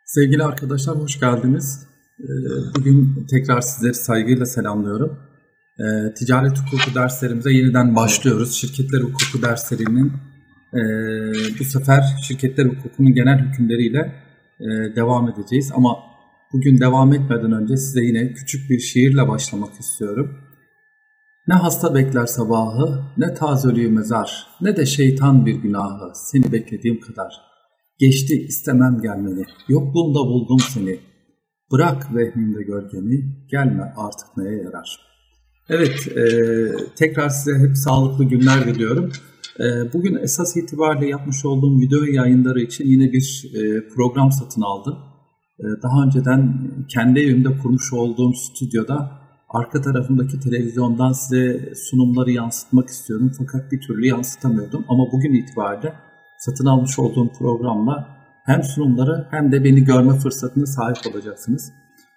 Sevgili arkadaşlar, hoş geldiniz. Bugün tekrar sizleri saygıyla selamlıyorum. Ticaret hukuku derslerimize yeniden başlıyoruz. Şirketler hukuku derslerinin bu sefer şirketler hukukunun genel hükümleriyle devam edeceğiz. Ama bugün devam etmeden önce size yine küçük bir şiirle başlamak istiyorum. Ne hasta bekler sabahı, ne tazeliği mezar, ne de şeytan bir günahı, seni beklediğim kadar. Geçti istemem gelmeni, yokluğunda buldum seni. Bırak vehmimde gölgeni, gelme artık neye yarar. Evet, tekrar size hep sağlıklı günler diliyorum. Bugün esas itibariyle yapmış olduğum video yayınları için yine bir program satın aldım. Daha önceden kendi evimde kurmuş olduğum stüdyoda arka tarafındaki televizyondan size sunumları yansıtmak istiyordum. Fakat bir türlü yansıtamıyordum. Ama bugün itibariyle satın almış olduğum programla hem sunumları hem de beni görme fırsatına sahip olacaksınız.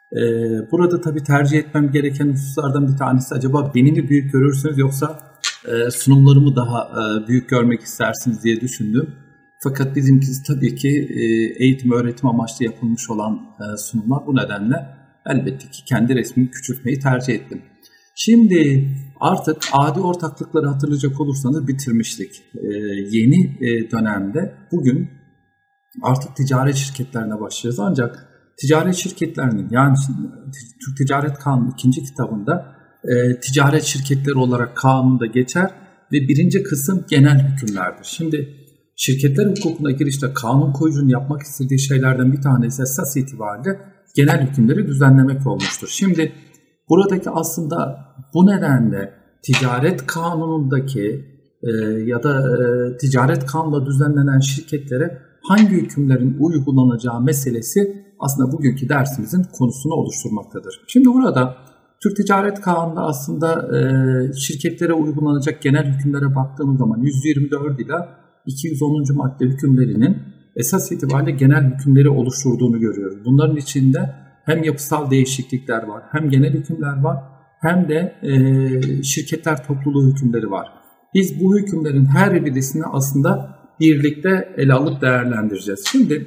Burada tabii tercih etmem gereken hususlardan bir tanesi, acaba beni mi büyük görürsünüz yoksa sunumlarımı daha büyük görmek istersiniz diye düşündüm. Fakat bizimkisi tabii ki eğitim öğretim amaçlı yapılmış olan sunumlar. Bu nedenle elbette ki kendi resmimi küçültmeyi tercih ettim. Şimdi artık adi ortaklıkları hatırlayacak olursanız bitirmiştik. Yeni dönemde bugün artık ticaret şirketlerine başlayacağız. Ancak ticaret şirketlerinin, yani Türk Ticaret Kanunu 2. kitabında ticaret şirketleri olarak kanunda geçer ve birinci kısım genel hükümlerdir. Şimdi şirketler hukukuna girişte kanun koyucunun yapmak istediği şeylerden bir tanesi esas itibariyle genel hükümleri düzenlemek olmuştur. Şimdi buradaki aslında bu nedenle ticaret kanunundaki ya da ticaret kanununda düzenlenen şirketlere hangi hükümlerin uygulanacağı meselesi aslında bugünkü dersimizin konusunu oluşturmaktadır. Şimdi burada Türk Ticaret Kanunu'nda aslında şirketlere uygulanacak genel hükümlere baktığımız zaman 124 ile 210. madde hükümlerinin esas itibariyle genel hükümleri oluşturduğunu görüyoruz. Bunların içinde hem yapısal değişiklikler var, hem genel hükümler var, hem de şirketler topluluğu hükümleri var. Biz bu hükümlerin her birisini aslında birlikte ele alıp değerlendireceğiz. Şimdi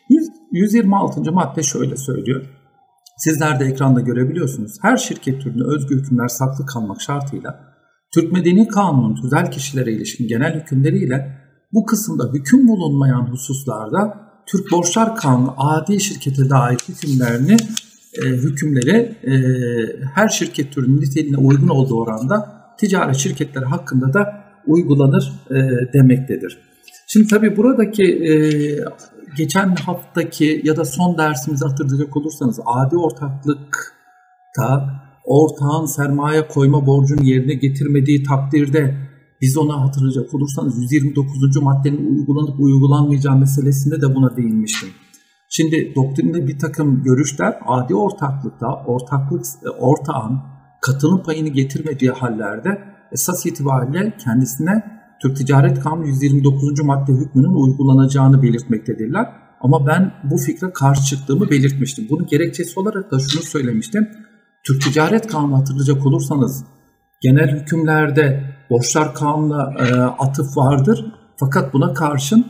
126. madde şöyle söylüyor. Sizler de ekranda görebiliyorsunuz. Her şirket türüne özgü hükümler saklı kalmak şartıyla Türk Medeni Kanunu'nun tüzel kişilere ilişkin genel hükümleriyle bu kısımda hüküm bulunmayan hususlarda Türk Borçlar Kanunu adi şirkete dair hükümleri her şirket türünün niteliğine uygun olduğu oranda ticaret şirketleri hakkında da uygulanır demektedir. Şimdi tabii buradaki geçen haftaki ya da son dersimizi hatırlayacak olursanız adi ortaklıkta ortağın sermaye koyma borcunu yerine getirmediği takdirde biz ona hatırlayacak olursanız 129. maddenin uygulanıp uygulanmayacağı meselesinde de buna değinmiştim. Şimdi doktrinde bir takım görüşler adi ortaklıkta ortağın katılım payını getirmediği hallerde esas itibariyle kendisine Türk Ticaret Kanunu 129. madde hükmünün uygulanacağını belirtmektedirler. Ama ben bu fikre karşı çıktığımı belirtmiştim. Bunun gerekçesi olarak da şunu söylemiştim. Türk Ticaret Kanunu hatırlayacak olursanız genel hükümlerde Borçlar Kanunu'na atıf vardır. Fakat buna karşın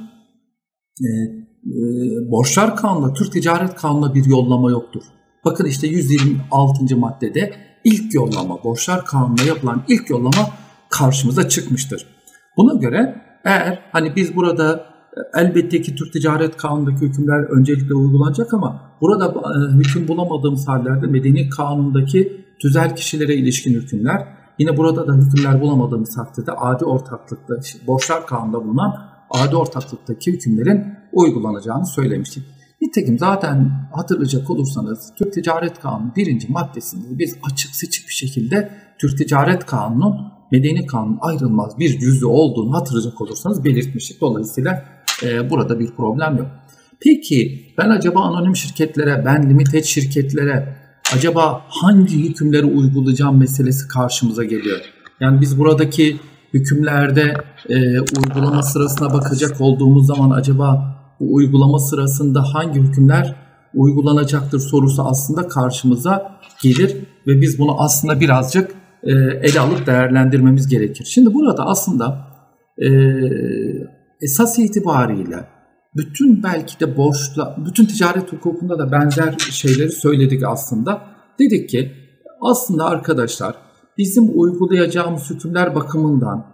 Borçlar Kanunu'na, Türk Ticaret Kanunu'na bir yollama yoktur. Bakın işte 126. maddede ilk yollama, Borçlar Kanunu'na yapılan ilk yollama karşımıza çıkmıştır. Buna göre eğer biz burada elbette ki Türk Ticaret Kanunu'ndaki hükümler öncelikle uygulanacak ama burada hüküm bulamadığımız hallerde Medeni Kanun'daki tüzel kişilere ilişkin hükümler, yine burada da hükümler bulamadığımız takdirde adi ortaklıkta, Borçlar Kanunu'nda bulunan adi ortaklıktaki hükümlerin uygulanacağını söylemiştik. Nitekim zaten hatırlayacak olursanız Türk Ticaret Kanunu 1. maddesinde biz açık seçik bir şekilde Türk Ticaret Kanunu'nun Medeni Kanunun ayrılmaz bir cüzü olduğunu hatırlayacak olursanız belirtmiştik. Dolayısıyla burada bir problem yok. Peki ben acaba anonim şirketlere, ben limited şirketlere acaba hangi hükümleri uygulayacağım meselesi karşımıza geliyor. Yani biz buradaki hükümlerde uygulama sırasına bakacak olduğumuz zaman acaba bu uygulama sırasında hangi hükümler uygulanacaktır sorusu aslında karşımıza gelir ve biz bunu aslında birazcık ele alıp değerlendirmemiz gerekir. Şimdi burada aslında esas itibariyle bütün belki de bütün ticaret hukukunda da benzer şeyleri söyledik aslında. Dedik ki aslında arkadaşlar bizim uygulayacağımız hükümler bakımından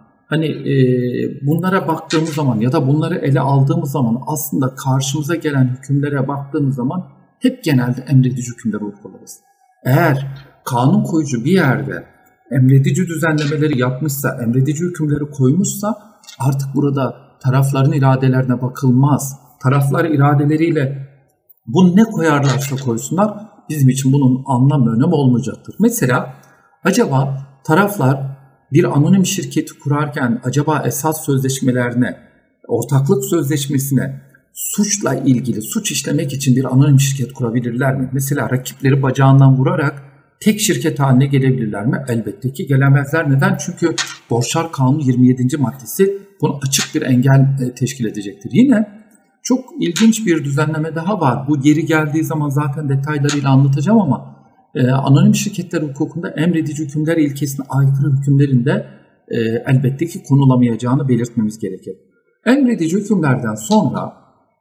bunlara baktığımız zaman ya da bunları ele aldığımız zaman aslında karşımıza gelen hükümlere baktığımız zaman hep genelde emredici hükümleri uygularız. Eğer kanun koyucu bir yerde emredici düzenlemeleri yapmışsa, emredici hükümleri koymuşsa artık burada tarafların iradelerine bakılmaz. Taraflar iradeleriyle bunu ne koyarlarsa koysunlar bizim için bunun anlam ve önemi olmayacaktır. Mesela acaba taraflar bir anonim şirketi kurarken acaba esas sözleşmelerine, ortaklık sözleşmesine suçla ilgili, suç işlemek için bir anonim şirket kurabilirler mi? Mesela rakipleri bacağından vurarak tek şirket haline gelebilirler mi? Elbette ki gelemezler. Neden? Çünkü Borçlar Kanunu 27. maddesi bunu açık bir engel teşkil edecektir. Yine çok ilginç bir düzenleme daha var. Bu yeri geldiği zaman zaten detaylarıyla anlatacağım ama anonim şirketler hukukunda emredici hükümler ilkesine aykırı hükümlerin de elbette ki konulamayacağını belirtmemiz gerekir. Emredici hükümlerden sonra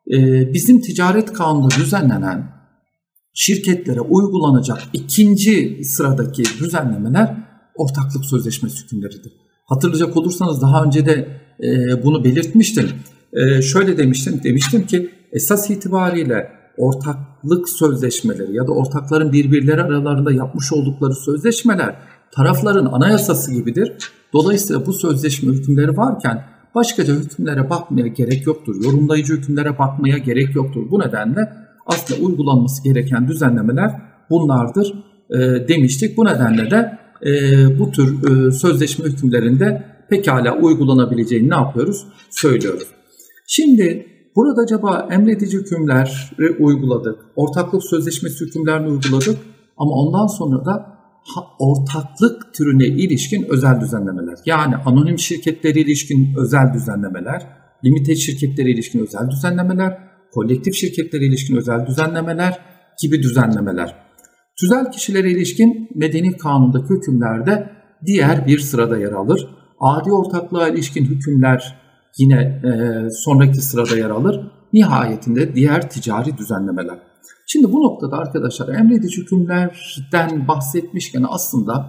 bizim ticaret kanununda düzenlenen şirketlere uygulanacak ikinci sıradaki düzenlemeler ortaklık sözleşmesi hükümleridir. Hatırlayacak olursanız daha önce de bunu belirtmiştim. Şöyle demiştim ki esas itibariyle ortaklık sözleşmeleri ya da ortakların birbirleri aralarında yapmış oldukları sözleşmeler tarafların anayasası gibidir. Dolayısıyla bu sözleşme hükümleri varken başkaca hükümlere bakmaya gerek yoktur. Yorumlayıcı hükümlere bakmaya gerek yoktur. Bu nedenle aslında uygulanması gereken düzenlemeler bunlardır demiştik. Bu nedenle de bu tür sözleşme hükümlerinde pekala uygulanabileceğini ne yapıyoruz? Söylüyoruz. Şimdi burada acaba emredici hükümleri uyguladık, ortaklık sözleşmesi hükümlerini uyguladık ama ondan sonra da ortaklık türüne ilişkin özel düzenlemeler, yani anonim şirketlere ilişkin özel düzenlemeler, limited şirketlere ilişkin özel düzenlemeler, kolektif şirketlere ilişkin özel düzenlemeler gibi düzenlemeler. Tüzel kişilere ilişkin medeni kanundaki hükümlerde diğer bir sırada yer alır. Adi ortaklığa ilişkin hükümler yine sonraki sırada yer alır. Nihayetinde diğer ticari düzenlemeler. Şimdi bu noktada arkadaşlar emredici hükümlerden bahsetmişken aslında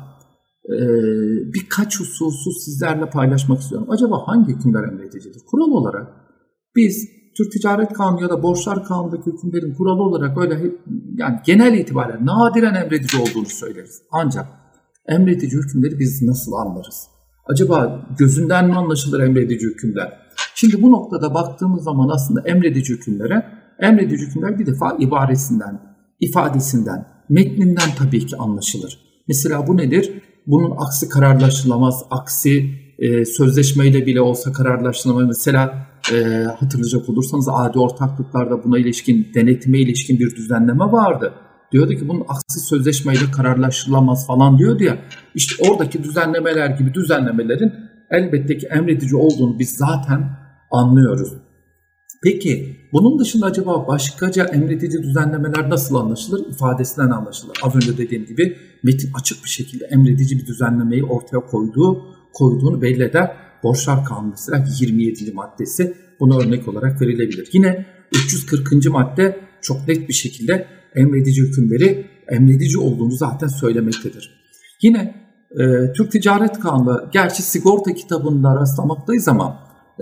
birkaç hususu sizlerle paylaşmak istiyorum. Acaba hangi hükümler emredicidir? Kural olarak biz Türk Ticaret Kanunu ya da Borçlar Kanunu'ndaki hükümlerin kuralı olarak öyle yani genel itibariyle nadiren emredici olduğunu söyleriz. Ancak emredici hükümleri biz nasıl anlarız? Acaba gözünden mi anlaşılır emredici hükümler? Şimdi bu noktada baktığımız zaman aslında emredici hükümler bir defa ibaresinden, ifadesinden, metninden tabii ki anlaşılır. Mesela bu nedir? Bunun aksi kararlaştırılamaz, aksi sözleşmeyle bile olsa kararlaştırılamaz. Mesela hatırlayacak olursanız adi ortaklıklarda buna ilişkin, denetime ilişkin bir düzenleme vardı. Diyordu ki bunun aksi sözleşmeyle kararlaştırılamaz falan diyordu ya. İşte oradaki düzenlemeler gibi düzenlemelerin elbette ki emredici olduğunu biz zaten anlıyoruz. Peki bunun dışında acaba başkaca emredici düzenlemeler nasıl anlaşılır? İfadesinden anlaşılır. Az önce dediğim gibi metin açık bir şekilde emredici bir düzenlemeyi ortaya koyduğunu belli eder. Borçlar Kanunu mesela 27. maddesi buna örnek olarak verilebilir. Yine 340. madde çok net bir şekilde emredici hükümleri emredici olduğunu zaten söylemektedir. Yine Türk Ticaret Kanunu, gerçi sigorta kitabında rastlamaktayız ama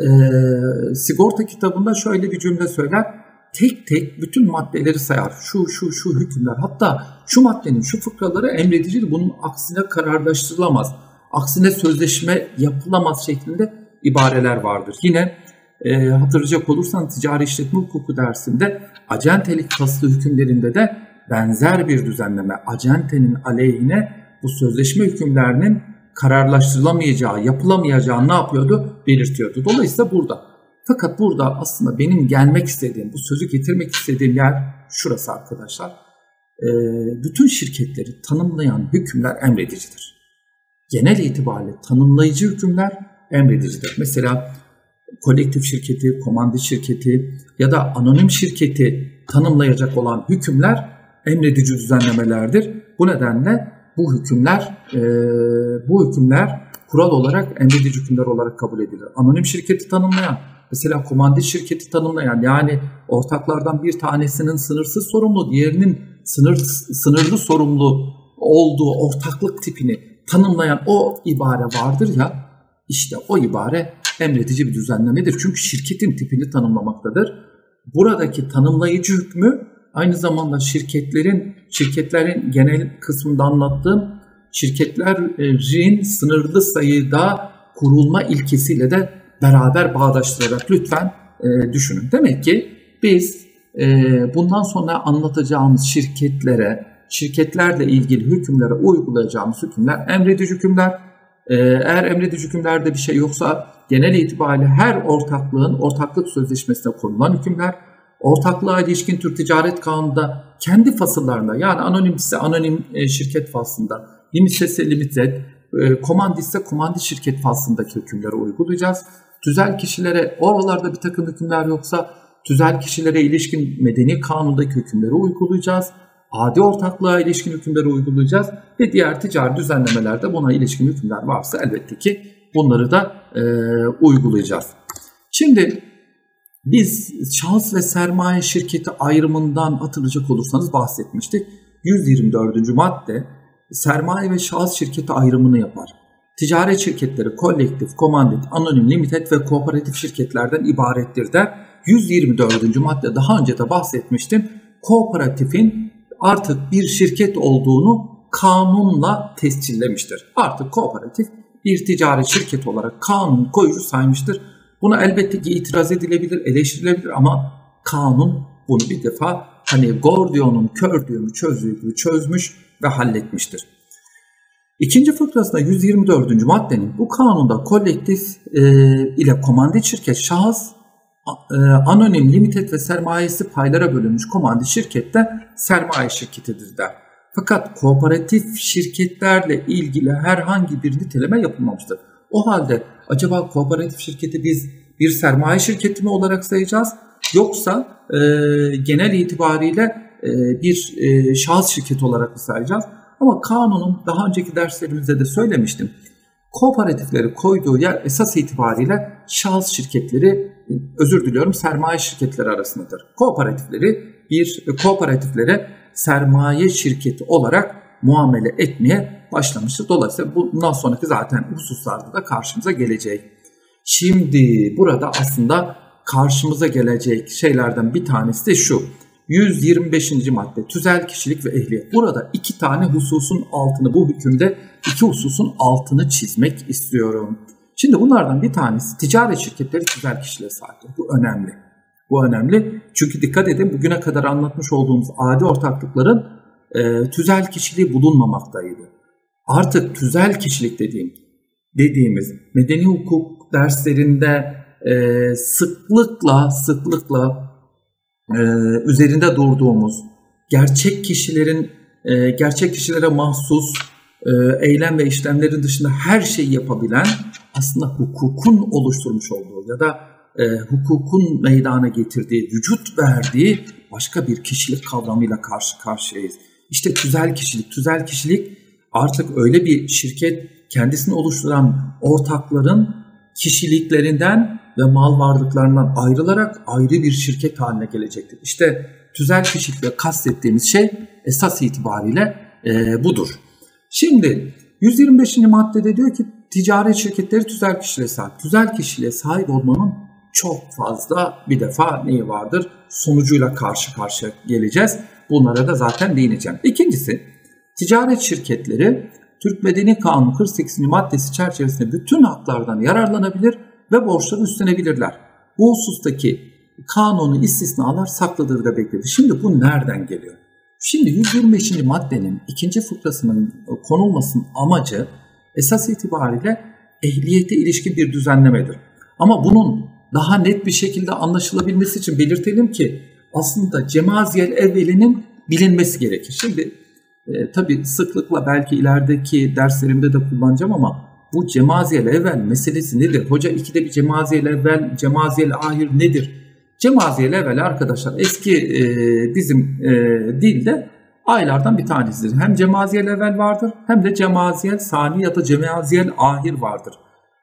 sigorta kitabında şöyle bir cümle söyler. Tek tek bütün maddeleri sayar. Şu hükümler, hatta şu maddenin şu fıkraları emredicidir. Bunun aksine kararlaştırılamaz, aksine sözleşme yapılamaz şeklinde ibareler vardır. Yine hatırlayacak olursan ticari işletme hukuku dersinde acentelik faslı hükümlerinde de benzer bir düzenleme, acentenin aleyhine bu sözleşme hükümlerinin kararlaştırılamayacağı, yapılamayacağı ne yapıyordu? Belirtiyordu. Dolayısıyla burada. Fakat burada aslında benim gelmek istediğim, bu sözü getirmek istediğim yer şurası arkadaşlar. Bütün şirketleri tanımlayan hükümler emredicidir. Genel itibariyle tanımlayıcı hükümler emredicidir. Mesela kolektif şirketi, komandit şirketi ya da anonim şirketi tanımlayacak olan hükümler emredici düzenlemelerdir. Bu nedenle bu hükümler kural olarak emredici hükümler olarak kabul edilir. Anonim şirketi tanımlayan Mesela komandit şirketi tanımlayan, yani ortaklardan bir tanesinin sınırsız sorumlu, diğerinin sınırlı sorumlu olduğu ortaklık tipini tanımlayan o ibare vardır ya, işte o ibare emredici bir düzenlemedir. Çünkü şirketin tipini tanımlamaktadır. Buradaki tanımlayıcı hükmü aynı zamanda şirketlerin genel kısmında anlattığım şirketlerin sınırlı sayıda kurulma ilkesiyle de beraber bağdaştırarak lütfen düşünün. Demek ki biz bundan sonra anlatacağımız şirketlerle ilgili hükümlere uygulayacağımız hükümler emredici hükümler. Eğer emredici hükümlerde bir şey yoksa genel itibariyle her ortaklığın ortaklık sözleşmesine konulan hükümler, ortaklığa ilişkin Türk Ticaret Kanunu'nda kendi fasıllarında, yani anonimse anonim şirket faslında, limitse limited, komanditse komandit şirket faslındaki hükümleri uygulayacağız. Tüzel kişilere, oralarda bir takım hükümler yoksa tüzel kişilere ilişkin medeni kanundaki hükümleri uygulayacağız. Adi ortaklığa ilişkin hükümleri uygulayacağız ve diğer ticari düzenlemelerde buna ilişkin hükümler varsa elbette ki bunları da uygulayacağız. Şimdi biz şahıs ve sermaye şirketi ayrımından hatırlayacak olursanız bahsetmiştik. 124. madde sermaye ve şahıs şirketi ayrımını yapar. Ticaret şirketleri kolektif, komandit, anonim, limited ve kooperatif şirketlerden ibarettir der. 124. madde daha önce de bahsetmiştim. Kooperatifin artık bir şirket olduğunu kanunla tescillemiştir. Artık kooperatif bir ticaret şirketi olarak kanun koyucu saymıştır. Buna elbette ki itiraz edilebilir, eleştirilebilir ama kanun bunu bir defa Gordion'un kör düğümü çözdüğü gibi çözmüş ve halletmiştir. İkinci fıkrasında 124. maddenin bu kanunda kolektif ile komandit şirket, şahıs, anonim, limited ve sermayesi paylara bölünmüş komandit şirkette sermaye şirketidir der. Fakat kooperatif şirketlerle ilgili herhangi bir niteleme yapılmamıştır. O halde acaba kooperatif şirketi biz bir sermaye şirketi mi olarak sayacağız, yoksa genel itibariyle bir şahıs şirketi olarak mı sayacağız? Ama kanunun daha önceki derslerimizde de söylemiştim. Kooperatifleri koyduğu yer esas itibariyle şahıs şirketleri, sermaye şirketleri arasındadır. Kooperatiflere sermaye şirketi olarak muamele etmeye başlamıştır. Dolayısıyla bundan sonraki zaten hususlarda da karşımıza gelecek. Şimdi burada aslında karşımıza gelecek şeylerden bir tanesi de şu. 125. madde tüzel kişilik ve ehliyet. Burada iki tane hususun altını, bu hükümde iki hususun altını çizmek istiyorum. Şimdi bunlardan bir tanesi ticaret şirketleri tüzel kişiliğe sahiptir. Bu önemli. Bu önemli. Çünkü dikkat edin, bugüne kadar anlatmış olduğumuz adi ortaklıkların tüzel kişiliği bulunmamaktaydı. Artık tüzel kişilik dediğimiz medeni hukuk derslerinde sıklıkla üzerinde durduğumuz gerçek kişilere mahsus eylem ve işlemlerin dışında her şeyi yapabilen, aslında hukukun oluşturmuş olduğu ya da hukukun meydana getirdiği, vücut verdiği başka bir kişilik kavramıyla karşı karşıyayız. İşte tüzel kişilik artık öyle bir şirket, kendisini oluşturan ortakların kişiliklerinden ve mal varlıklarından ayrılarak ayrı bir şirket haline gelecektir. İşte tüzel kişilikle kastettiğimiz şey esas itibariyle budur. Şimdi 125. maddede diyor ki ticaret şirketleri tüzel kişiliğe sahip. Tüzel kişiliğe sahip olmanın çok fazla bir defa neyi vardır? Sonucuyla karşı karşıya geleceğiz. Bunlara da zaten değineceğim. İkincisi, ticaret şirketleri Türk Medeni Kanunu 48. maddesi çerçevesinde bütün haklardan yararlanabilir ve borçları üstlenebilirler. Bu husustaki kanunu istisnalar saklıdır da beklenir. Şimdi bu nereden geliyor? Şimdi 125. maddenin ikinci fıkrasının konulmasının amacı esas itibariyle ehliyete ilişkin bir düzenlemedir. Ama bunun daha net bir şekilde anlaşılabilmesi için belirtelim ki aslında cemaziyel evvelinin bilinmesi gerekir. Şimdi tabii sıklıkla belki ilerideki derslerimde de kullanacağım ama bu cemaziyel evvel meselesi nedir? Hoca ikide bir cemaziyel evvel, cemaziyel ahir nedir? Cemaziyel evvel arkadaşlar eski bizim dilde aylardan bir tanesidir. Hem cemaziyel evvel vardır hem de cemaziyel sani ya da cemaziyel ahir vardır.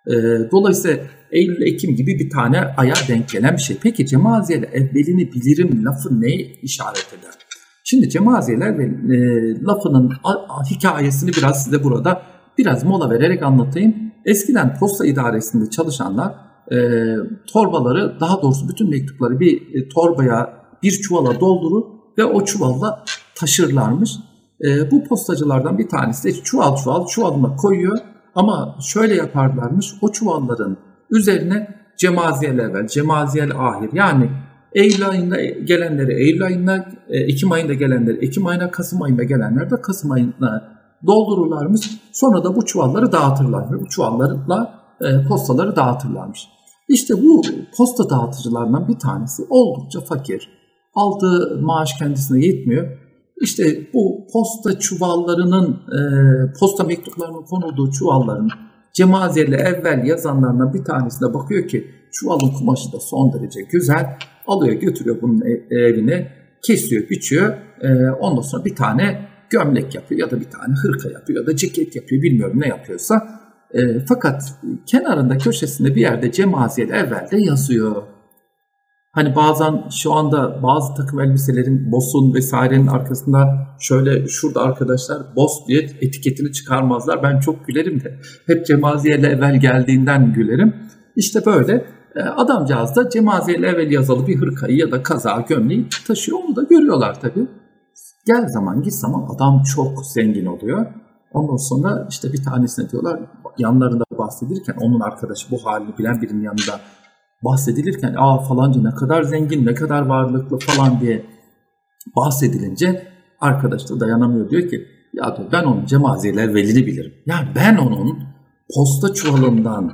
Dolayısıyla Eylül-Ekim gibi bir tane aya denk gelen bir şey. Peki cemaziyel evvelini bilirim lafı neye işaret eder? Şimdi cemaziyel evvel lafının hikayesini biraz size burada biraz mola vererek anlatayım. Eskiden posta idaresinde çalışanlar torbaları, daha doğrusu bütün mektupları bir torbaya, bir çuvala doldurur ve o çuvalla taşırlarmış. Bu postacılardan bir tanesi de çuvalına koyuyor ama şöyle yaparlarmış, o çuvalların üzerine cemaziyel evvel, cemaziyel ahir, yani Eylül ayında gelenleri Eylül ayında, Ekim ayında gelenleri Ekim ayına, Kasım ayında gelenler de Kasım ayına doldururlarmış. Sonra da bu çuvalları dağıtırlarmış. Bu çuvallarla postaları dağıtırlarmış. İşte bu posta dağıtıcılarından bir tanesi oldukça fakir. Aldığı maaş kendisine yetmiyor. İşte bu posta çuvallarının, posta mektuplarının konulduğu çuvalların cemaziyeli evvel yazanlarından bir tanesine bakıyor ki çuvalın kumaşı da son derece güzel. Alıyor, götürüyor bunun evine, kesiyor, biçiyor. Ondan sonra bir tane gömlek yapıyor ya da bir tane hırka yapıyor ya da ceket yapıyor, bilmiyorum ne yapıyorsa. Fakat kenarında, köşesinde bir yerde cemaziyel evvel de yazıyor. Hani bazen şu anda bazı takım elbiselerin, Boss'un vesairenin arkasında şöyle, şurada arkadaşlar Boss diye etiketini çıkarmazlar. Ben çok gülerim de hep cemaziyel evvel geldiğinden gülerim. İşte böyle adamcağız da cemaziyel evvel yazılı bir hırkayı ya da kazağı, gömleği taşıyor. Onu da görüyorlar tabii. Gel zaman git zaman adam çok zengin oluyor. Ondan sonra işte bir tanesine diyorlar, yanlarında bahsedilirken, onun arkadaşı, bu halini bilen birinin yanında bahsedilirken, falanca ne kadar zengin, ne kadar varlıklı falan diye bahsedilince arkadaş da dayanamıyor, diyor ki ya diyor, ben onun cemaziyel evvelini bilirim. Yani ben onun posta çuvalından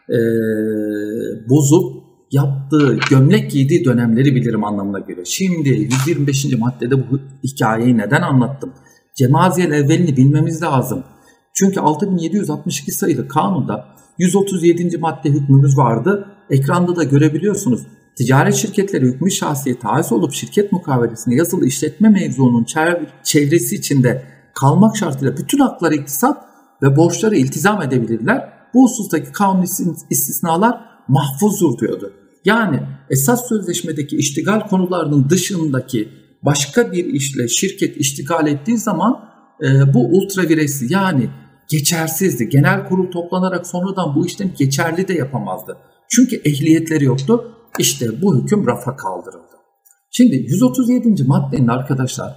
bozup yaptığı, gömlek giydiği dönemleri bilirim anlamına göre. Şimdi 125. maddede bu hikayeyi neden anlattım? Cemaziyel evvelini bilmemiz lazım. Çünkü 6762 sayılı kanunda 137. madde hükmümüz vardı. Ekranda da görebiliyorsunuz. Ticaret şirketleri hükmü şahsiyete haiz olup şirket mukavelesinde yazılı işletme mevzuunun çevresi içinde kalmak şartıyla bütün hakları iktisat ve borçları iltizam edebilirler. Bu husustaki kanuni istisnalar mahfuzdur diyordu. Yani esas sözleşmedeki iştigal konularının dışındaki başka bir işle şirket iştigal ettiği zaman bu ultraviresi, yani geçersizdi. Genel kurul toplanarak sonradan bu işlem geçerli de yapamazdı. Çünkü ehliyetleri yoktu. İşte bu hüküm rafa kaldırıldı. Şimdi 137. maddenin arkadaşlar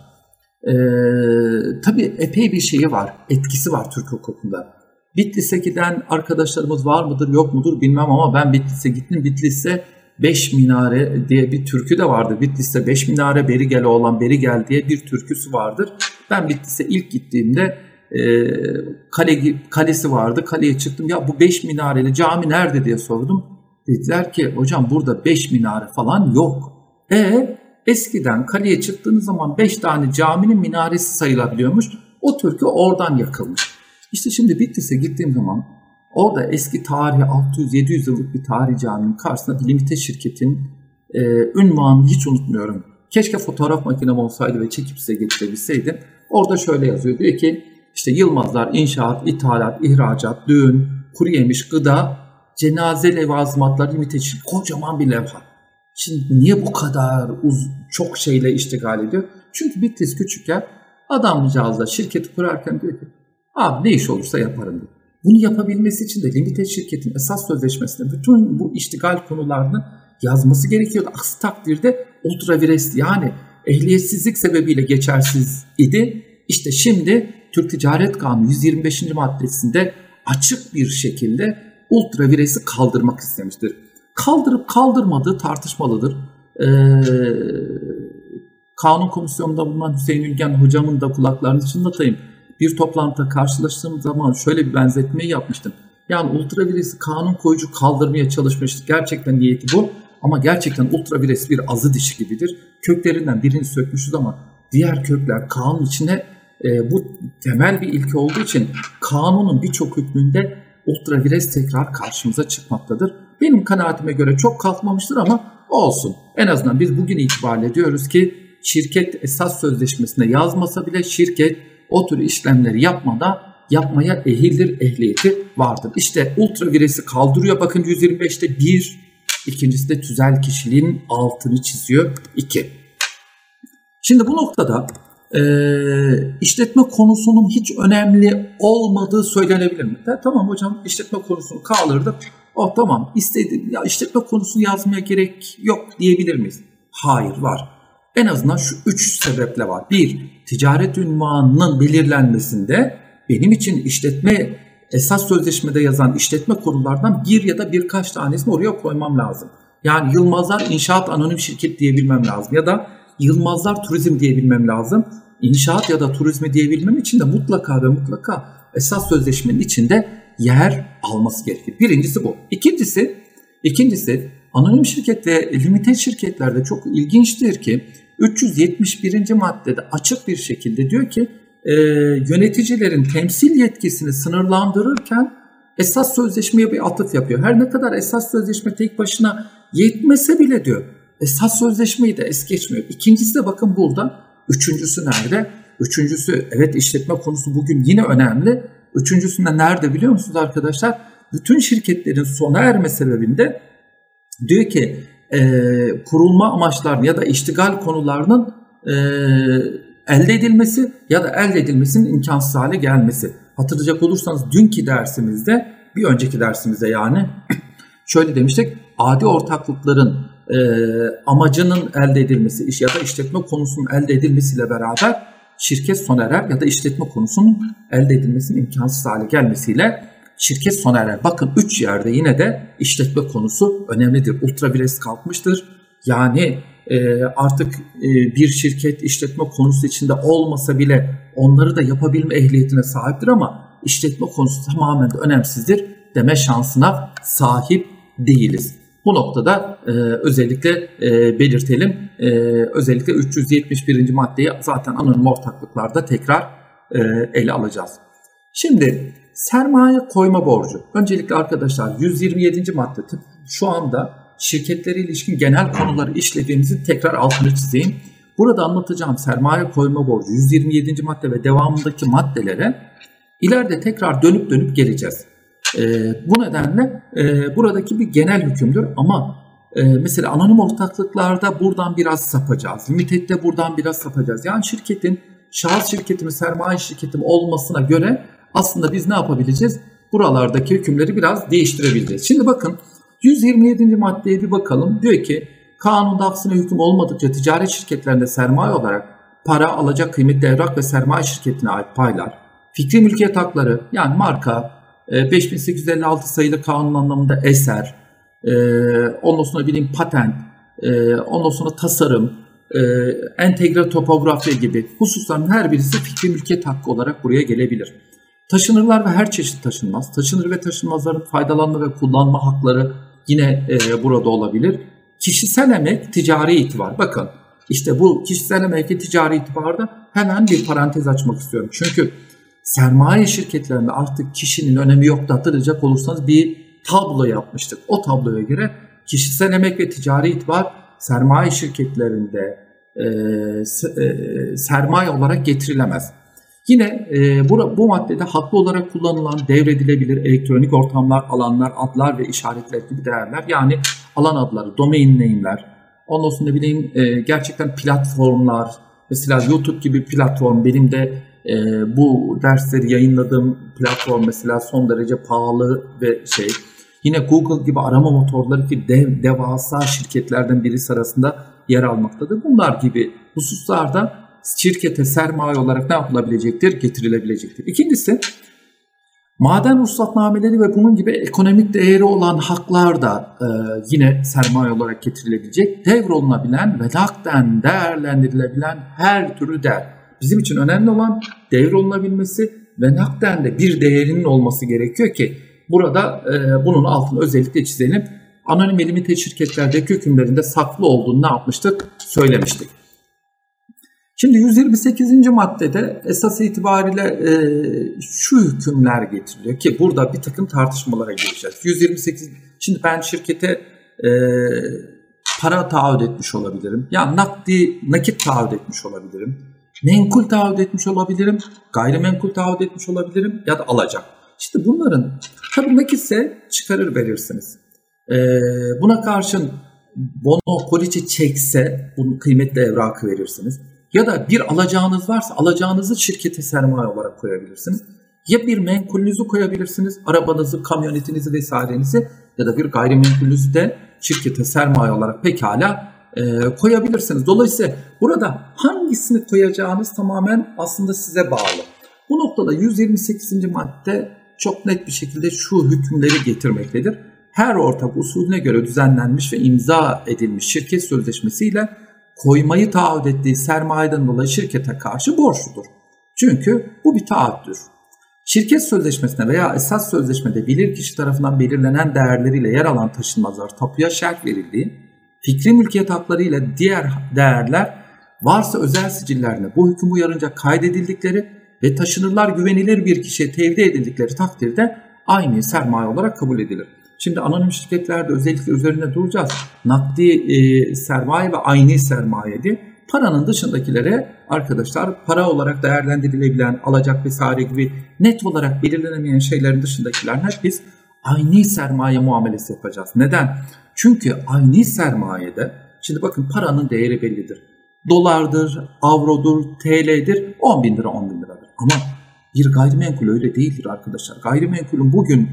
tabii epey bir şeyi var, etkisi var Türk hukukunda. Bitlis'e giden arkadaşlarımız var mıdır yok mudur bilmem ama ben Bitlis'e gittim. Bitlis'e 5 minare diye bir türkü de vardır. Bitlis'te 5 minare beri gele olan beri gel diye bir türküsü vardır. Ben Bitlis'e ilk gittiğimde kalesi vardı. Kaleye çıktım. Ya bu 5 minareli cami nerede diye sordum. Dediler ki hocam burada 5 minare falan yok. Eskiden kaleye çıktığınız zaman 5 tane caminin minaresi sayılabiliyormuş. O türkü oradan yakılmış. İşte şimdi Bitlis'e gittiğim zaman orada eski tarihi 600-700 yıllık bir tarihi caminin karşısında bir limite şirketin ünvanını hiç unutmuyorum. Keşke fotoğraf makinem olsaydı ve çekip size getirebilseydim. Orada şöyle yazıyor. Diyor ki işte Yılmazlar İnşaat, İthalat, İhracat, Düğün, Kuru Yemiş, Gıda, Cenaze Levazımatlar limite şirket. Kocaman bir levha. Şimdi niye bu kadar çok şeyle iştigal ediyor? Çünkü Bitlis küçük yer. Adamcağız da şirketi kurarken diyor ki abi ne iş olursa yaparım diyor. Bunu yapabilmesi için de limited şirketin esas sözleşmesinde bütün bu iştigal konularını yazması gerekiyordu. Aksi takdirde ultraviresti, yani ehliyetsizlik sebebiyle geçersiz idi. İşte şimdi Türk Ticaret Kanunu 125. maddesinde açık bir şekilde ultraviresi kaldırmak istemiştir. Kaldırıp kaldırmadığı tartışmalıdır. Kanun komisyonunda bulunan Hüseyin Ülgen hocamın da kulaklarını çınlatayım. Bir toplantıda karşılaştığım zaman şöyle bir benzetmeyi yapmıştım. Yani ultraviresi kanun koyucu kaldırmaya çalışmıştık. Gerçekten niyeti bu. Ama gerçekten ultraviresi bir azı dişi gibidir. Köklerinden birini sökmüşüz ama diğer kökler kanun içine bu temel bir ilke olduğu için kanunun birçok hükmünde ultravires tekrar karşımıza çıkmaktadır. Benim kanaatime göre çok kalkmamıştır ama olsun. En azından biz bugün itibariyle diyoruz ki şirket esas sözleşmesine yazmasa bile şirket o tür işlemleri yapmada yapmaya ehildir, ehliyeti vardır. İşte ultra viresi kaldırıyor. Bakın 125'te 1. İkincisi de tüzel kişiliğin altını çiziyor 2. Şimdi bu noktada işletme konusunun hiç önemli olmadığı söylenebilir mi? Tamam hocam, işletme konusunu kaldırdık. Oh tamam, istedim ya, işletme konusunu yazmaya gerek yok diyebilir miyiz? Hayır, var. En azından şu 3 sebeple var. 1. Ticaret unvanının belirlenmesinde benim için işletme esas sözleşmede yazan işletme kurullardan bir ya da birkaç tanesini oraya koymam lazım. Yani Yılmazlar İnşaat Anonim Şirket diyebilmem lazım ya da Yılmazlar Turizm diyebilmem lazım. İnşaat ya da turizmi diyebilmem için de mutlaka ve mutlaka esas sözleşmenin içinde yer alması gerekir. Birincisi bu. İkincisi anonim şirket ve limited şirketlerde çok ilginçtir ki 371. maddede açık bir şekilde diyor ki yöneticilerin temsil yetkisini sınırlandırırken esas sözleşmeye bir atıf yapıyor. Her ne kadar esas sözleşme tek başına yetmese bile diyor, esas sözleşmeyi de es geçmiyor. İkincisi de bakın burada. Üçüncüsü nerede? Üçüncüsü, evet, işletme konusu bugün yine önemli. Üçüncüsünde nerede biliyor musunuz arkadaşlar? Bütün şirketlerin sona erme sebebinde diyor ki kurulma amaçlarının ya da iştigal konularının elde edilmesi ya da elde edilmesinin imkansız hale gelmesi. Hatırlayacak olursanız dünkü dersimizde, bir önceki dersimizde yani şöyle demiştik. Adi ortaklıkların amacının elde edilmesi ya da işletme konusunun elde edilmesiyle beraber şirket sona erer ya da işletme konusunun elde edilmesinin imkansız hale gelmesiyle şirket sona erer. Bakın 3 yerde yine de işletme konusu önemlidir. Ultra vires kalkmıştır. Yani artık bir şirket işletme konusu içinde olmasa bile onları da yapabilme ehliyetine sahiptir ama işletme konusu tamamen de önemsizdir deme şansına sahip değiliz. Bu noktada özellikle belirtelim. Özellikle 371. maddeyi zaten anonim ortaklıklarda tekrar ele alacağız. Şimdi sermaye koyma borcu. Öncelikle arkadaşlar 127. madde şu anda şirketlere ilişkin genel konuları işlediğimizi tekrar altını çizeyim. Burada anlatacağım sermaye koyma borcu 127. madde ve devamındaki maddelere ileride tekrar dönüp geleceğiz. Bu nedenle buradaki bir genel hükümdür ama mesela anonim ortaklıklarda buradan biraz sapacağız. Limited'de buradan biraz sapacağız. Yani şirketin şahıs şirketi mi sermaye şirketi mi olmasına göre aslında biz ne yapabileceğiz? Buralardaki hükümleri biraz değiştirebileceğiz. Şimdi bakın 127. maddeye bir bakalım. Diyor ki kanunda aksine hüküm olmadıkça ticaret şirketlerinde sermaye olarak para, alacak kıymetli evrak ve sermaye şirketine ait paylar, fikri mülkiyet hakları yani marka, 5856 sayılı kanun anlamında eser, ondan sonra patent, ondan sonra tasarım, entegre topografi gibi hususların her birisi fikri mülkiyet hakkı olarak buraya gelebilir. Taşınırlar ve her çeşit taşınmaz. Taşınır ve taşınmazların faydalanma ve kullanma hakları yine burada olabilir. Kişisel emek, ticari itibar. Bakın işte bu kişisel emek ve ticari itibarda hemen bir parantez açmak istiyorum. Çünkü sermaye şirketlerinde artık kişinin önemi yok. Hatırlayacak olursanız bir tablo yapmıştık. O tabloya göre kişisel emek ve ticari itibar sermaye şirketlerinde sermaye olarak getirilemez. Yine bu maddede haklı olarak kullanılan devredilebilir elektronik ortamlar, alanlar, adlar ve işaretler gibi değerler. Yani alan adları, domain name'ler, ondan sonra gerçekten platformlar, mesela YouTube gibi platform, benim de bu dersleri yayınladığım platform mesela son derece pahalı ve yine Google gibi arama motorları ki devasa şirketlerden birisi arasında yer almaktadır. Bunlar gibi hususlarda şirkete sermaye olarak ne yapılabilecektir? Getirilebilecektir. İkincisi, maden ruhsatnameleri ve bunun gibi ekonomik değeri olan haklar da yine sermaye olarak getirilebilecek. Devrolunabilen ve nakden değerlendirilebilen her türlü değer. Bizim için önemli olan devrolunabilmesi ve nakden de bir değerinin olması gerekiyor ki burada bunun altını özellikle çizelim. Anonim ve limited şirketlerdeki hükümlerinde saklı olduğunu ne yapmıştık? Söylemiştik. Şimdi 128. maddede esas itibariyle şu hükümler getiriliyor ki burada bir takım tartışmalara gireceğiz. 128. Şimdi ben şirkete para taahhüt etmiş olabilirim. Yani nakit taahhüt etmiş olabilirim. Menkul taahhüt etmiş olabilirim, gayrimenkul taahhüt etmiş olabilirim ya da alacak. İşte bunların tabii nakitse çıkarır verirsiniz. Buna karşın bono, poliçe çekse bunun kıymetli evrakı verirsiniz. Ya da bir alacağınız varsa alacağınızı şirkete sermaye olarak koyabilirsiniz. Ya bir menkulünüzü koyabilirsiniz, arabanızı, kamyonetinizi vesairenizi ya da bir gayrimenkulünüzü de şirkete sermaye olarak pekala koyabilirsiniz. Dolayısıyla burada hangisini koyacağınız tamamen aslında size bağlı. Bu noktada 128. madde çok net bir şekilde şu hükümleri getirmektedir. Her ortak usulüne göre düzenlenmiş ve imza edilmiş şirket sözleşmesiyle koymayı taahhüt ettiği sermayeden dolayı şirkete karşı borçludur. Çünkü bu bir taahhüttür. Şirket sözleşmesine veya esas sözleşmede bilirkişi tarafından belirlenen değerleriyle yer alan taşınmazlar tapuya şerh verildiği, fikri mülkiyet hakları ile diğer değerler varsa özel sicillerine bu hüküm uyarınca kaydedildikleri ve taşınırlar güvenilir bir kişiye tevdi edildikleri takdirde aynı sermaye olarak kabul edilir. Şimdi anonim şirketlerde özellikle üzerinde duracağız. Nakdi sermaye ve ayni sermaye diye. Paranın dışındakilere arkadaşlar para olarak değerlendirilebilen, alacak vesaire gibi net olarak belirlenemeyen şeylerin dışındakilerine biz ayni sermaye muamelesi yapacağız. Neden? Çünkü ayni sermayede şimdi bakın paranın değeri bellidir. Dolardır, avrodur, TL'dir, 10 bin lira 10 bin liradır. Ama bir gayrimenkul öyle değildir arkadaşlar. Gayrimenkulün bugün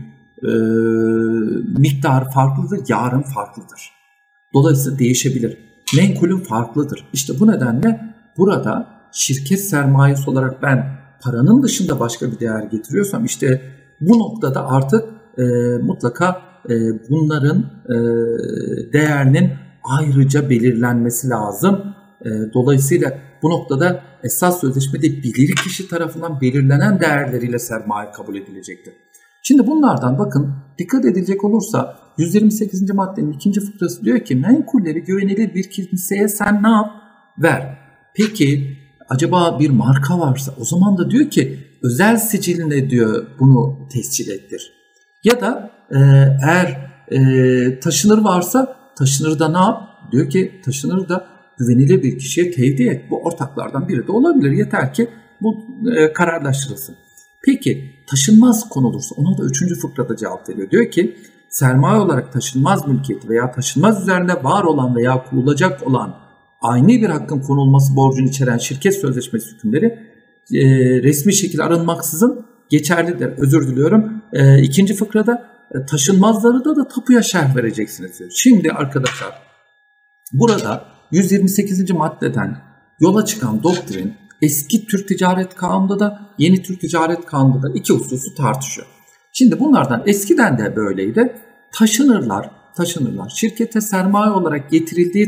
miktarı farklıdır, yarın farklıdır. Dolayısıyla değişebilir. Menkulün farklıdır. İşte bu nedenle burada şirket sermayesi olarak ben paranın dışında başka bir değer getiriyorsam işte bu noktada artık mutlaka bunların değerinin ayrıca belirlenmesi lazım. Dolayısıyla bu noktada esas sözleşmede bilirkişi tarafından belirlenen değerleriyle sermaye kabul edilecektir. Şimdi bunlardan bakın dikkat edilecek olursa 128. maddenin 2. fıkrası diyor ki menkulleri güvenilir bir kimseye sen ne yap? Ver. Peki acaba bir marka varsa o zaman da diyor ki özel siciline diyor bunu tescil ettir. Ya da eğer taşınır varsa taşınır da ne yap? Diyor ki taşınır da güvenilir bir kişiye tevdi et. Bu ortaklardan biri de olabilir. Yeter ki bu kararlaştırılsın. Peki taşınmaz konulursa ona da 3. fıkrada cevap veriyor. Diyor ki sermaye olarak taşınmaz mülkiyeti veya taşınmaz üzerinde var olan veya kurulacak olan aynı bir hakkın konulması borcunu içeren şirket sözleşmesi hükümleri resmi şekilde arınmaksızın geçerlidir. Özür diliyorum. 2. fıkrada taşınmazları da tapuya şerh vereceksiniz diyor. Şimdi arkadaşlar burada 128. maddeden yola çıkan doktrin eski Türk Ticaret Kanunu'nda da yeni Türk Ticaret Kanunu'nda da iki hususu tartışıyor. Şimdi bunlardan eskiden de böyleydi. Taşınırlar şirkete sermaye olarak getirildiği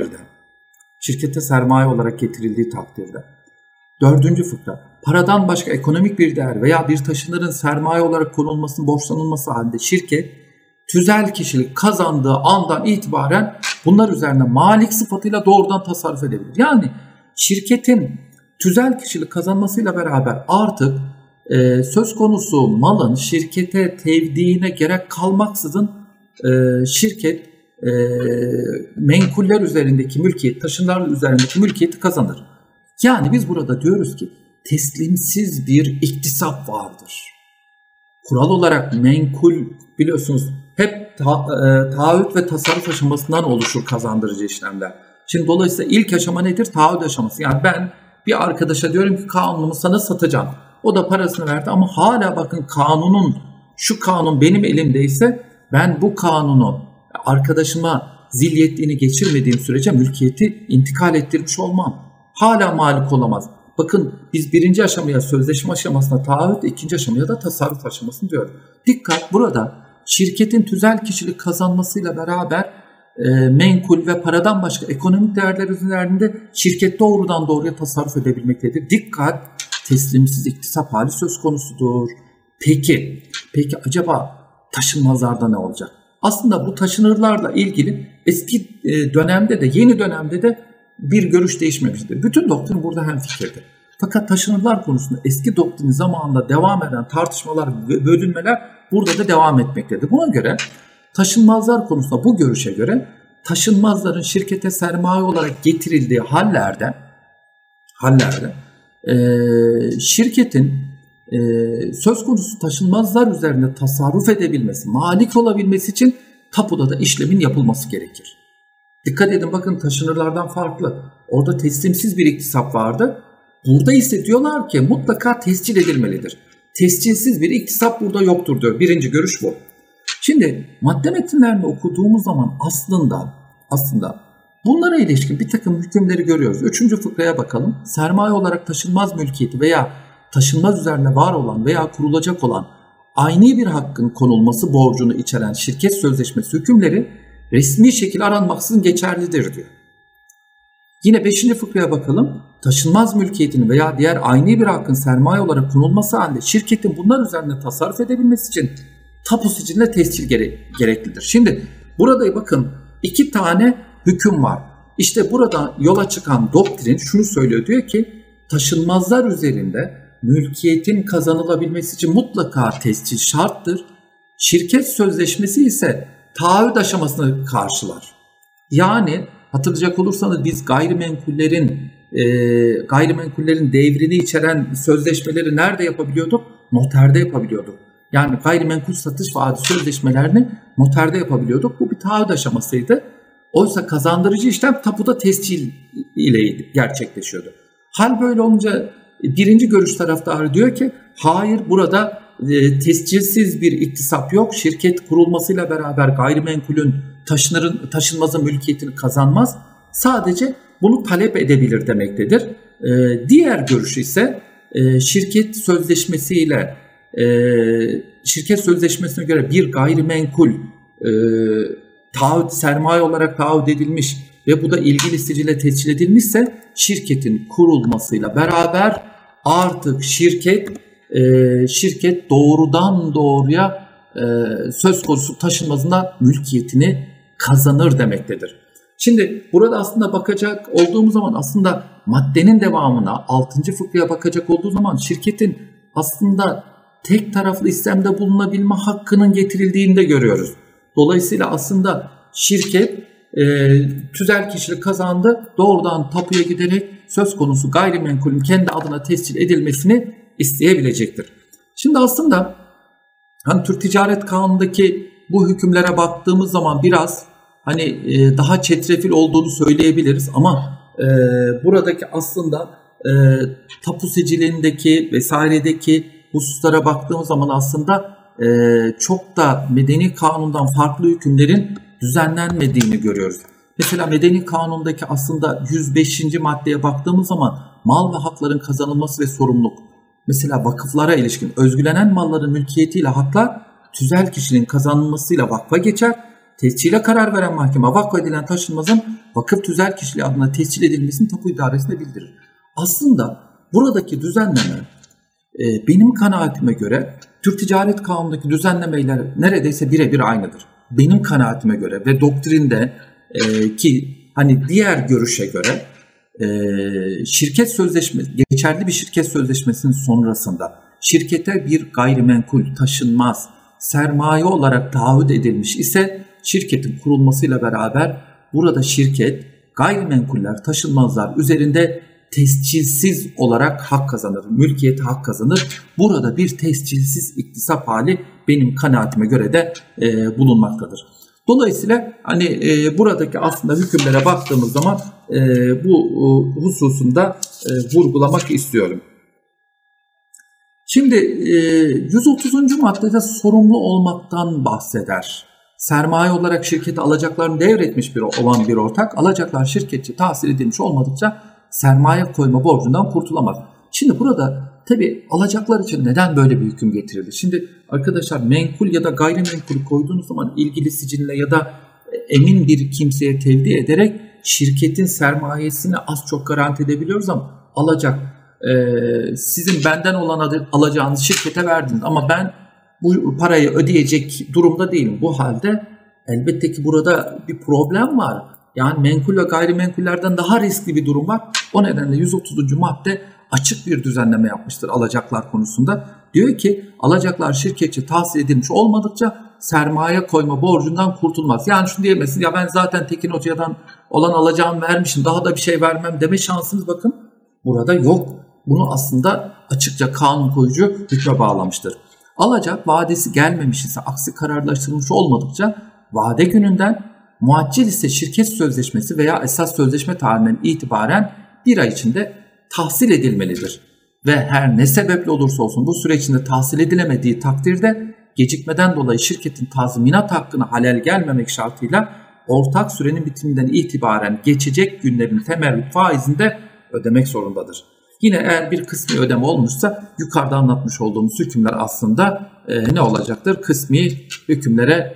takdirde 4. fıkra paradan başka ekonomik bir değer veya bir taşınırın sermaye olarak konulmasının borçlanılması halinde şirket tüzel kişilik kazandığı andan itibaren bunlar üzerine malik sıfatıyla doğrudan tasarruf edebilir. Yani şirketin tüzel kişilik kazanmasıyla beraber artık söz konusu malın şirkete tevdiğine gerek kalmaksızın şirket menkuller üzerindeki mülkiyet, taşınırlar üzerindeki mülkiyeti kazanır. Yani biz burada diyoruz ki teslimsiz bir iktisap vardır. Kural olarak menkul biliyorsunuz hep taahhüt ve tasarruf aşamasından oluşur kazandırıcı işlemler. Şimdi dolayısıyla ilk aşama nedir? Taahhüt aşaması. Yani ben bir arkadaşa diyorum ki kanunumu sana satacağım. O da parasını verdi ama hala bakın şu kanun benim elimdeyse ben bu kanunu arkadaşıma zilyetliğini geçirmediğim sürece mülkiyeti intikal ettirmiş olmam. Hala malik olamaz. Bakın biz 1. aşamaya sözleşme aşamasına taahhüt, 2. aşamaya da tasarruf aşamasını diyoruz. Dikkat burada şirketin tüzel kişilik kazanmasıyla beraber menkul ve paradan başka ekonomik değerler üzerinde şirket doğrudan doğruya tasarruf edebilmektedir. Dikkat, teslimsiz iktisap hali söz konusudur. Peki acaba taşınmazlarda ne olacak? Aslında bu taşınırlarla ilgili eski dönemde de yeni dönemde de bir görüş değişmemiştir. Bütün doktrin burada hemfikirdir. Fakat taşınırlar konusunda eski doktrin zamanında devam eden tartışmalar ve bölünmeler burada da devam etmektedir. Buna göre taşınmazlar konusunda bu görüşe göre taşınmazların şirkete sermaye olarak getirildiği hallerde hallerde şirketin söz konusu taşınmazlar üzerinde tasarruf edebilmesi, malik olabilmesi için tapuda da işlemin yapılması gerekir. Dikkat edin, bakın taşınırlardan farklı. Orada teslimsiz bir iktisap vardı. Burada ise diyorlar ki mutlaka tescil edilmelidir. Tescilsiz bir iktisap burada yoktur diyor. Birinci görüş bu. Şimdi madde metinlerini okuduğumuz zaman aslında bunlara ilişkin bir takım hükümleri görüyoruz. Üçüncü fıkraya bakalım. Sermaye olarak taşınmaz mülkiyeti veya taşınmaz üzerine var olan veya kurulacak olan ayni bir hakkın konulması borcunu içeren şirket sözleşmesi hükümleri resmi şekil aranmaksızın geçerlidir diyor. Yine 5. fıkraya bakalım. Taşınmaz mülkiyetin veya diğer ayni bir hakkın sermaye olarak konulması halinde şirketin bunlar üzerinde tasarruf edebilmesi için tapu siciline tescil gereklidir. Şimdi burada bakın 2 tane hüküm var. İşte burada yola çıkan doktrin şunu söylüyor, diyor ki taşınmazlar üzerinde mülkiyetin kazanılabilmesi için mutlaka tescil şarttır. Şirket sözleşmesi ise taahhüt aşamasını karşılar. Yani hatırlayacak olursanız biz gayrimenkullerin devrini içeren sözleşmeleri nerede yapabiliyorduk? Noterde yapabiliyorduk. Yani gayrimenkul satış vaadi sözleşmelerini noterde yapabiliyorduk. Bu bir taahhüt aşamasıydı. Oysa kazandırıcı işlem tapuda tescil ile gerçekleşiyordu. Hal böyle olunca birinci görüş taraftarı diyor ki hayır, burada tescilsiz bir iktisap yok. Şirket kurulmasıyla beraber gayrimenkulün taşınmazın mülkiyetini kazanmaz. Sadece bunu talep edebilir demektedir. Diğer görüş ise şirket sözleşmesine göre bir gayrimenkul sermaye olarak taahhüt edilmiş ve bu da ilgili sicile tescil edilmişse şirketin kurulmasıyla beraber artık şirket doğrudan doğruya söz konusu taşınmazına mülkiyetini kazanır demektedir. Şimdi burada aslında bakacak olduğumuz zaman aslında maddenin devamına 6. fıkraya bakacak olduğu zaman şirketin aslında tek taraflı istemde bulunabilme hakkının getirildiğini de görüyoruz. Dolayısıyla aslında şirket tüzel kişilik kazandı, doğrudan tapuya giderek söz konusu gayrimenkulün kendi adına tescil edilmesini isteyebilecektir. Şimdi aslında hani Türk Ticaret Kanunu'ndaki bu hükümlere baktığımız zaman biraz daha çetrefil olduğunu söyleyebiliriz ama buradaki aslında tapu sicilindeki vesairedeki hususlara baktığımız zaman aslında çok da Medeni Kanun'dan farklı hükümlerin düzenlenmediğini görüyoruz. Mesela Medeni Kanun'daki aslında 105. maddeye baktığımız zaman mal ve hakların kazanılması ve sorumluluk. Mesela vakıflara ilişkin özgülenen malların mülkiyetiyle haklar tüzel kişinin kazanılmasıyla vakfa geçer. Tescile karar veren mahkeme vakfedilen taşınmazın vakıf tüzel kişiliği adına tescil edilmesini tapu idaresine bildirir. Aslında buradaki düzenleme benim kanaatime göre Türk Ticaret Kanunu'ndaki düzenlemeler neredeyse birebir aynıdır. Benim kanaatime göre ve doktrinde ki diğer görüşe göre şirket sözleşmesi, geçerli bir şirket sözleşmesinin sonrasında şirkete bir gayrimenkul taşınmaz sermaye olarak taahhüt edilmiş ise şirketin kurulmasıyla beraber burada şirket gayrimenkuller, taşınmazlar üzerinde tescilsiz olarak hak kazanır, mülkiyete hak kazanır. Burada bir tescilsiz iktisap hali benim kanaatime göre de bulunmaktadır. Dolayısıyla buradaki aslında hükümlere baktığımız zaman bu hususunda vurgulamak istiyorum. Şimdi 130. maddede sorumlu olmaktan bahseder. Sermaye olarak şirkete alacaklarını devretmiş olan bir ortak, alacaklar şirketçi tahsil edilmiş olmadıkça sermaye koyma borcundan kurtulamaz. Şimdi burada tabii alacaklar için neden böyle bir hüküm getirildi? Şimdi arkadaşlar menkul ya da gayrimenkul koyduğunuz zaman ilgili siciline ya da emin bir kimseye tevdi ederek şirketin sermayesini az çok garanti edebiliyoruz ama alacak sizin benden olan alacağınız şirkete verdiniz ama ben bu parayı ödeyecek durumda değilim. Bu halde elbette ki burada bir problem var. Yani menkul ve gayrimenkullerden daha riskli bir durum var. O nedenle 130. madde açık bir düzenleme yapmıştır alacaklar konusunda. Diyor ki alacaklar şirketçi tahsil edilmiş olmadıkça sermaye koyma borcundan kurtulmaz. Yani şunu diyemezsin, ya ben zaten Tekin Hoca'dan olan alacağımı vermişim, daha da bir şey vermem deme şansınız bakın burada yok. Bunu aslında açıkça kanun koyucu hükme bağlamıştır. Alacak vadesi gelmemiş ise, aksi kararlaştırılmış olmadıkça vade gününden muaccel ise şirket sözleşmesi veya esas sözleşme tarihinden itibaren bir ay içinde tahsil edilmelidir. Ve her ne sebeple olursa olsun bu süre içinde tahsil edilemediği takdirde gecikmeden dolayı şirketin tazminat hakkına halel gelmemek şartıyla ortak sürenin bitiminden itibaren geçecek günlerin temerrüt faizini de ödemek zorundadır. Yine eğer bir kısmi ödeme olmuşsa yukarıda anlatmış olduğumuz hükümler aslında ne olacaktır? Kısmi hükümlere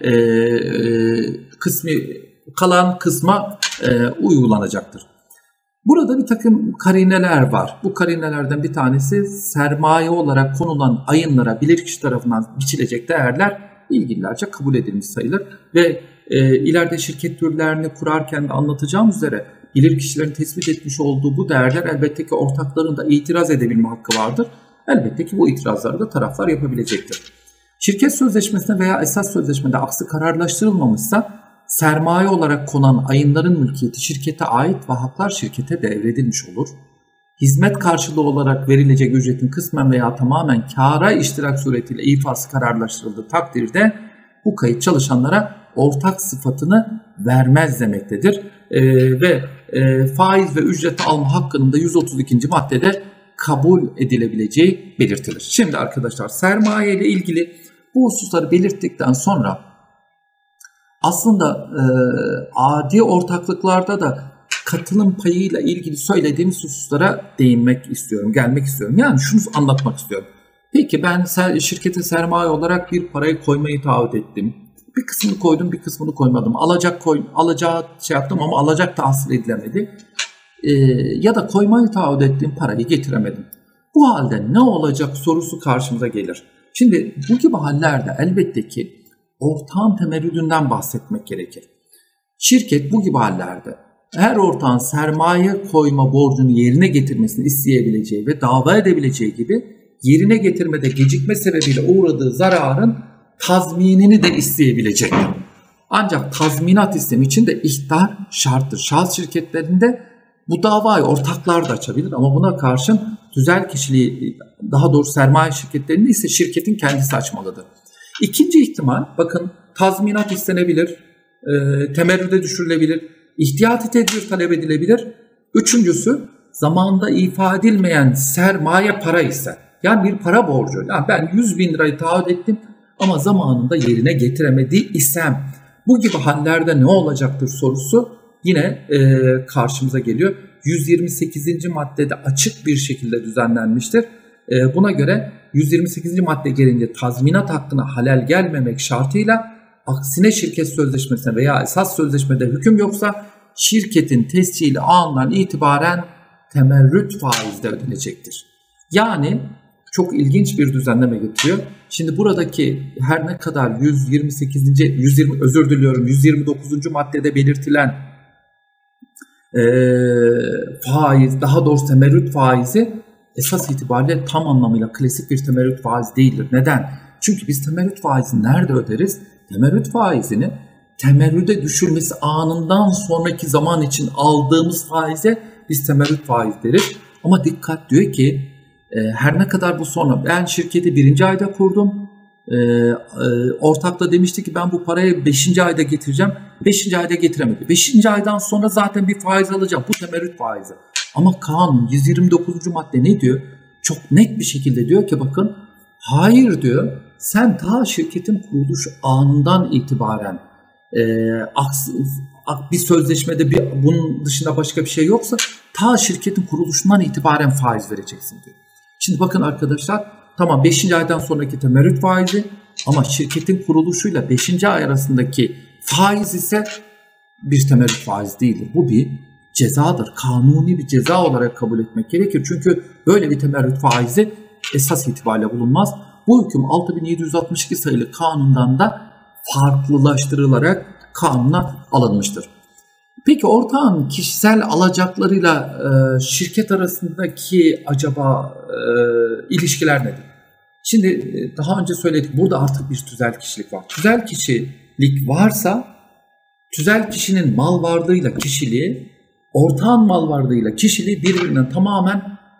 kalan kısma uygulanacaktır. Burada bir takım karineler var. Bu karinelerden bir tanesi sermaye olarak konulan ayınlara bilirkişi tarafından biçilecek değerler ilgililerce kabul edilmiş sayılır. Ve ileride şirket türlerini kurarken de anlatacağım üzere bilirkişilerin tespit etmiş olduğu bu değerler elbette ki ortakların da itiraz edebilme hakkı vardır. Elbette ki bu itirazları da taraflar yapabilecektir. Şirket sözleşmesinde veya esas sözleşmede aksi kararlaştırılmamışsa sermaye olarak konan ayınların mülkiyeti şirkete ait ve haklar şirkete devredilmiş olur. Hizmet karşılığı olarak verilecek ücretin kısmen veya tamamen kâra iştirak suretiyle ifası kararlaştırıldığı takdirde bu kayıt çalışanlara ortak sıfatını vermez demektedir. Ve faiz ve ücret alma hakkının da 132. maddede kabul edilebileceği belirtilir. Şimdi arkadaşlar sermaye ile ilgili bu hususları belirttikten sonra aslında adi ortaklıklarda da katılım payıyla ilgili söylediğimiz hususlara değinmek istiyorum, gelmek istiyorum. Yani şunu anlatmak istiyorum. Peki ben şirkete sermaye olarak bir parayı koymayı taahhüt ettim. Bir kısmını koydum, bir kısmını koymadım. Alacağı şey yaptım ama alacak tahsil edilemedi. Ya da koymayı taahhüt ettiğim parayı getiremedim. Bu halde ne olacak sorusu karşımıza gelir. Şimdi bu gibi hallerde elbette ki ortağın temerrüdünden bahsetmek gerekir. Şirket bu gibi hallerde her ortağın sermaye koyma borcunu yerine getirmesini isteyebileceği ve dava edebileceği gibi yerine getirmede gecikme sebebiyle uğradığı zararın tazminini de isteyebilecektir. Ancak tazminat istemi için de ihtar şarttır. Şahıs şirketlerinde bu davayı ortaklar da açabilir ama buna karşın tüzel kişiliği, daha doğrusu sermaye şirketlerinde ise şirketin kendisi açmalıdır. İkinci ihtimal, bakın tazminat istenebilir, temerrüde düşürülebilir, ihtiyati tedbir talep edilebilir. Üçüncüsü zamanında ifade edilmeyen sermaye para ise, yani bir para borcu. Yani ben 100.000 lirayı taahhüt ettim ama zamanında yerine getiremedi isem bu gibi hallerde ne olacaktır sorusu yine karşımıza geliyor. 128. maddede açık bir şekilde düzenlenmiştir. Buna göre 128. madde gelince tazminat hakkına halel gelmemek şartıyla aksine şirket sözleşmesine veya esas sözleşmede hüküm yoksa şirketin tescili anından itibaren temerrüt faizi de ödenecektir. Yani çok ilginç bir düzenleme getiriyor. Şimdi buradaki her ne kadar 129. maddede belirtilen faiz, daha doğrusu temerrüt faizi esas itibariyle tam anlamıyla klasik bir temerrüt faizi değildir. Neden? Çünkü biz temerrüt faizini nerede öderiz? Temerrüt faizini temerrüde düşürmesi anından sonraki zaman için aldığımız faize biz temerrüt faiz deriz. Ama dikkat, diyor ki her ne kadar bu sonra ben şirketi 1. ayda kurdum. Ortakla demişti ki ben bu parayı 5. ayda getireceğim. 5. ayda getiremedi. 5. aydan sonra zaten bir faiz alacağım. Bu temerrüt faizi. Ama kanun 129. madde ne diyor? Çok net bir şekilde diyor ki bakın, hayır diyor, sen ta şirketin kuruluş anından itibaren bir sözleşmede bunun dışında başka bir şey yoksa ta şirketin kuruluşundan itibaren faiz vereceksin diyor. Şimdi bakın arkadaşlar, tamam 5. aydan sonraki temerrüt faizi ama şirketin kuruluşuyla 5. ay arasındaki faiz ise bir temerrüt faiz değildir. Bu bir cezadır. Kanuni bir ceza olarak kabul etmek gerekir. Çünkü böyle bir temerrüt faizi esas itibariyle bulunmaz. Bu hüküm 6762 sayılı kanundan da farklılaştırılarak kanuna alınmıştır. Peki ortağın kişisel alacaklarıyla şirket arasındaki acaba ilişkiler nedir? Şimdi daha önce söyledik, burada artık bir tüzel kişilik var. Tüzel kişilik varsa tüzel kişinin mal varlığıyla kişiliği, ortağın mal varlığıyla kişiliği birbirinden tamamen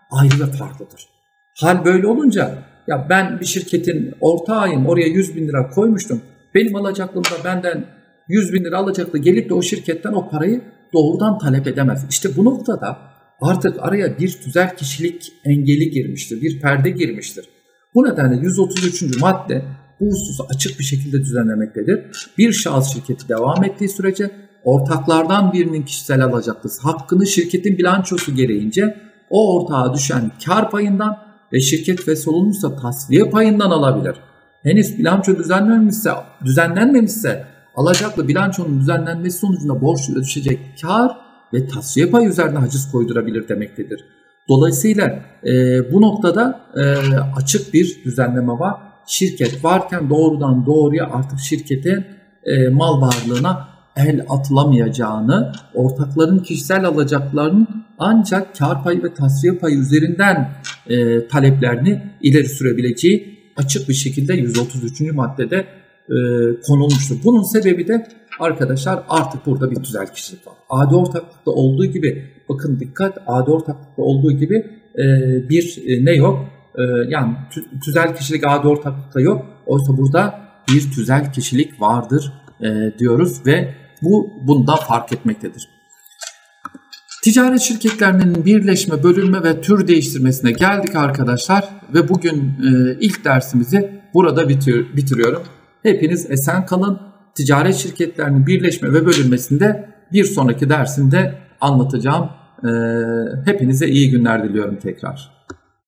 ayrı ve farklıdır. Hal böyle olunca ya ben bir şirketin ortağıyım, oraya 100.000 lira koymuştum. Benim alacaklığımda benden 100.000 lira alacaktı, gelip de o şirketten o parayı doğrudan talep edemez. İşte bu noktada artık araya bir tüzel kişilik engeli girmiştir, bir perde girmiştir. Bu nedenle 133. madde bu hususu açık bir şekilde düzenlemektedir. Bir şahıs şirketi devam ettiği sürece ortaklardan birinin kişisel alacaklısı hakkını şirketin bilançosu gereğince o ortağa düşen kar payından ve şirket ve sorumluysa tasfiye payından alabilir. Henüz bilanço düzenlenmemişse alacaklı bilançonun düzenlenmesi sonucunda borçluya düşecek kar ve tasfiye payı üzerine haciz koydurabilir demektedir. Dolayısıyla bu noktada açık bir düzenleme var. Şirket varken doğrudan doğruya artık şirketin mal varlığına el atılamayacağını, ortakların kişisel alacaklarının ancak kar payı ve tasfiye payı üzerinden taleplerini ileri sürebileceği açık bir şekilde 133. maddede konulmuştur. Bunun sebebi de arkadaşlar artık burada bir tüzel kişilik var. Adi ortaklıkta olduğu gibi, bakın dikkat, adi ortaklıkta olduğu gibi bir ne yok? Yani tüzel kişilik adi ortaklıkta yok. Oysa burada bir tüzel kişilik vardır diyoruz ve bu bundan fark etmektedir. Ticaret şirketlerinin birleşme, bölünme ve tür değiştirmesine geldik arkadaşlar ve bugün ilk dersimizi burada bitiriyorum. Hepiniz esen kalın. Ticaret şirketlerinin birleşme ve bölünmesinde bir sonraki dersimde anlatacağım. Hepinize iyi günler diliyorum tekrar.